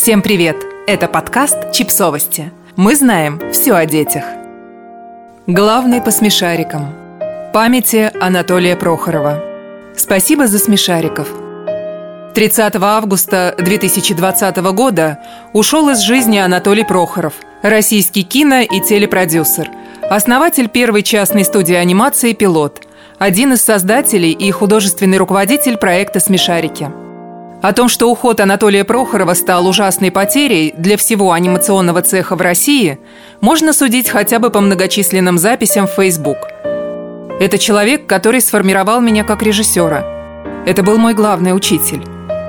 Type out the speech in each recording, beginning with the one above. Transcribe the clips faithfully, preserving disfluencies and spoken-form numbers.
Всем привет! Это подкаст «Чипсовости». Мы знаем все о детях. Главный по смешарикам. Памяти Анатолия Прохорова. Спасибо за смешариков. тридцатого августа две тысячи двадцатого года ушел из жизни Анатолий Прохоров, российский кино- и телепродюсер, основатель первой частной студии анимации «Пилот», один из создателей и художественный руководитель проекта «Смешарики». О том, что уход Анатолия Прохорова стал ужасной потерей для всего анимационного цеха в России, можно судить хотя бы по многочисленным записям в Facebook. Это человек, который сформировал меня как режиссера. Это был мой главный учитель.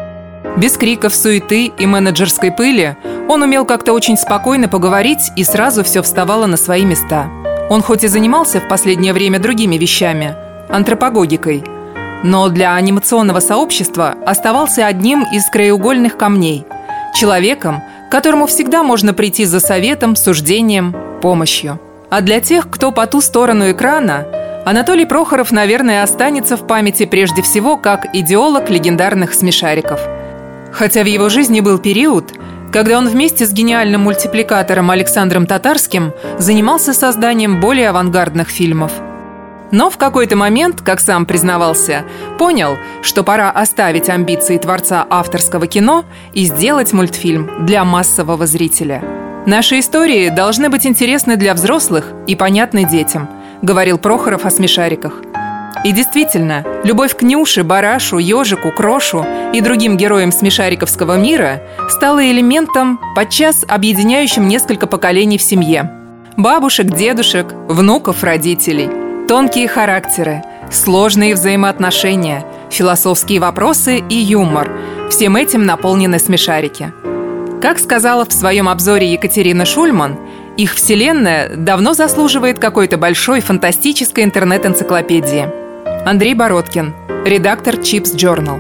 Без криков, суеты и менеджерской пыли он умел как-то очень спокойно поговорить, и сразу все вставало на свои места. Он хоть и занимался в последнее время другими вещами – антропогогикой, но для анимационного сообщества оставался одним из краеугольных камней – человеком, к которому всегда можно прийти за советом, суждением, помощью. А для тех, кто по ту сторону экрана, Анатолий Прохоров, наверное, останется в памяти прежде всего как идеолог легендарных смешариков. Хотя в его жизни был период, когда он вместе с гениальным мультипликатором Александром Татарским занимался созданием более авангардных фильмов. Но в какой-то момент, как сам признавался, понял, что пора оставить амбиции творца авторского кино и сделать мультфильм для массового зрителя. «Наши истории должны быть интересны для взрослых и понятны детям», говорил Прохоров о смешариках. И действительно, любовь к Нюше, Барашу, Ежику, Крошу и другим героям смешариковского мира стала элементом, подчас объединяющим несколько поколений в семье. Бабушек, дедушек, внуков, родителей. Тонкие характеры, сложные взаимоотношения, философские вопросы и юмор – всем этим наполнены смешарики. Как сказала в своем обзоре Екатерина Шульман, их вселенная давно заслуживает какой-то большой фантастической интернет-энциклопедии. Андрей Бородкин, редактор Chips Journal.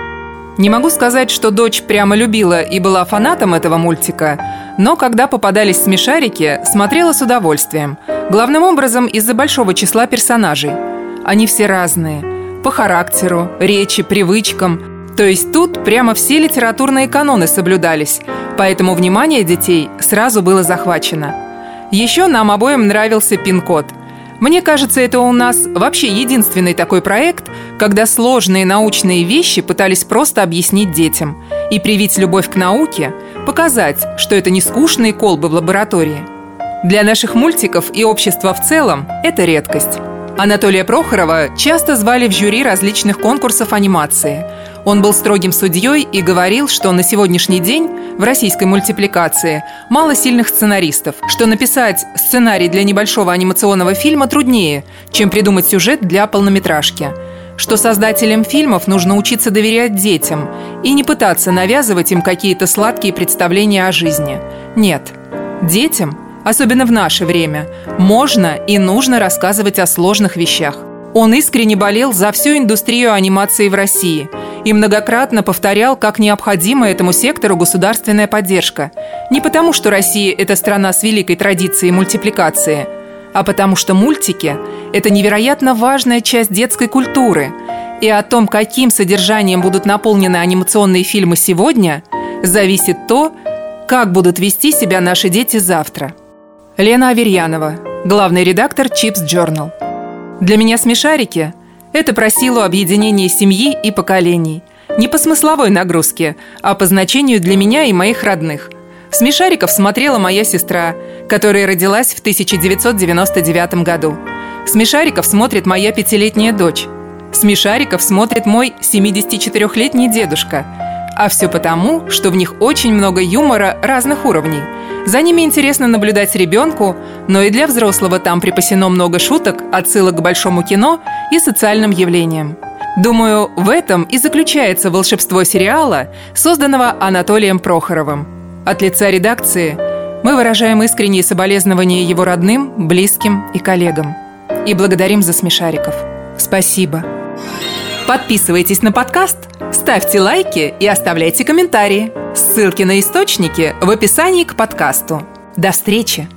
Не могу сказать, что дочь прямо любила и была фанатом этого мультика, но когда попадались смешарики, смотрела с удовольствием. Главным образом из-за большого числа персонажей. Они все разные. По характеру, речи, привычкам. То есть тут прямо все литературные каноны соблюдались, поэтому внимание детей сразу было захвачено. Еще нам обоим нравился «Пин-код». Мне кажется, это у нас вообще единственный такой проект, когда сложные научные вещи пытались просто объяснить детям и привить любовь к науке, показать, что это не скучные колбы в лаборатории. Для наших мультиков и общества в целом это редкость. Анатолия Прохорова часто звали в жюри различных конкурсов анимации. Он был строгим судьей и говорил, что на сегодняшний день в российской мультипликации мало сильных сценаристов, что написать сценарий для небольшого анимационного фильма труднее, чем придумать сюжет для полнометражки, что создателям фильмов нужно учиться доверять детям и не пытаться навязывать им какие-то сладкие представления о жизни. Нет, детям, особенно в наше время, можно и нужно рассказывать о сложных вещах. Он искренне болел за всю индустрию анимации в России и многократно повторял, как необходима этому сектору государственная поддержка. Не потому, что Россия – это страна с великой традицией мультипликации, а потому что мультики – это невероятно важная часть детской культуры. И о том, каким содержанием будут наполнены анимационные фильмы сегодня, зависит то, как будут вести себя наши дети завтра. Лена Аверьянова, главный редактор Chips Journal. Для меня смешарики – это про силу объединения семьи и поколений. Не по смысловой нагрузке, а по значению для меня и моих родных. Смешариков смотрела моя сестра, которая родилась в тысяча девятьсот девяносто девятом году. Смешариков смотрит моя пятилетняя дочь. Смешариков смотрит мой семидесятичетырехлетний дедушка. А все потому, что в них очень много юмора разных уровней. За ними интересно наблюдать ребенку, но и для взрослого там припасено много шуток, отсылок к большому кино и социальным явлениям. Думаю, в этом и заключается волшебство сериала, созданного Анатолием Прохоровым. От лица редакции мы выражаем искренние соболезнования его родным, близким и коллегам. И благодарим за смешариков. Спасибо. Подписывайтесь на подкаст, ставьте лайки и оставляйте комментарии. Ссылки на источники в описании к подкасту. До встречи!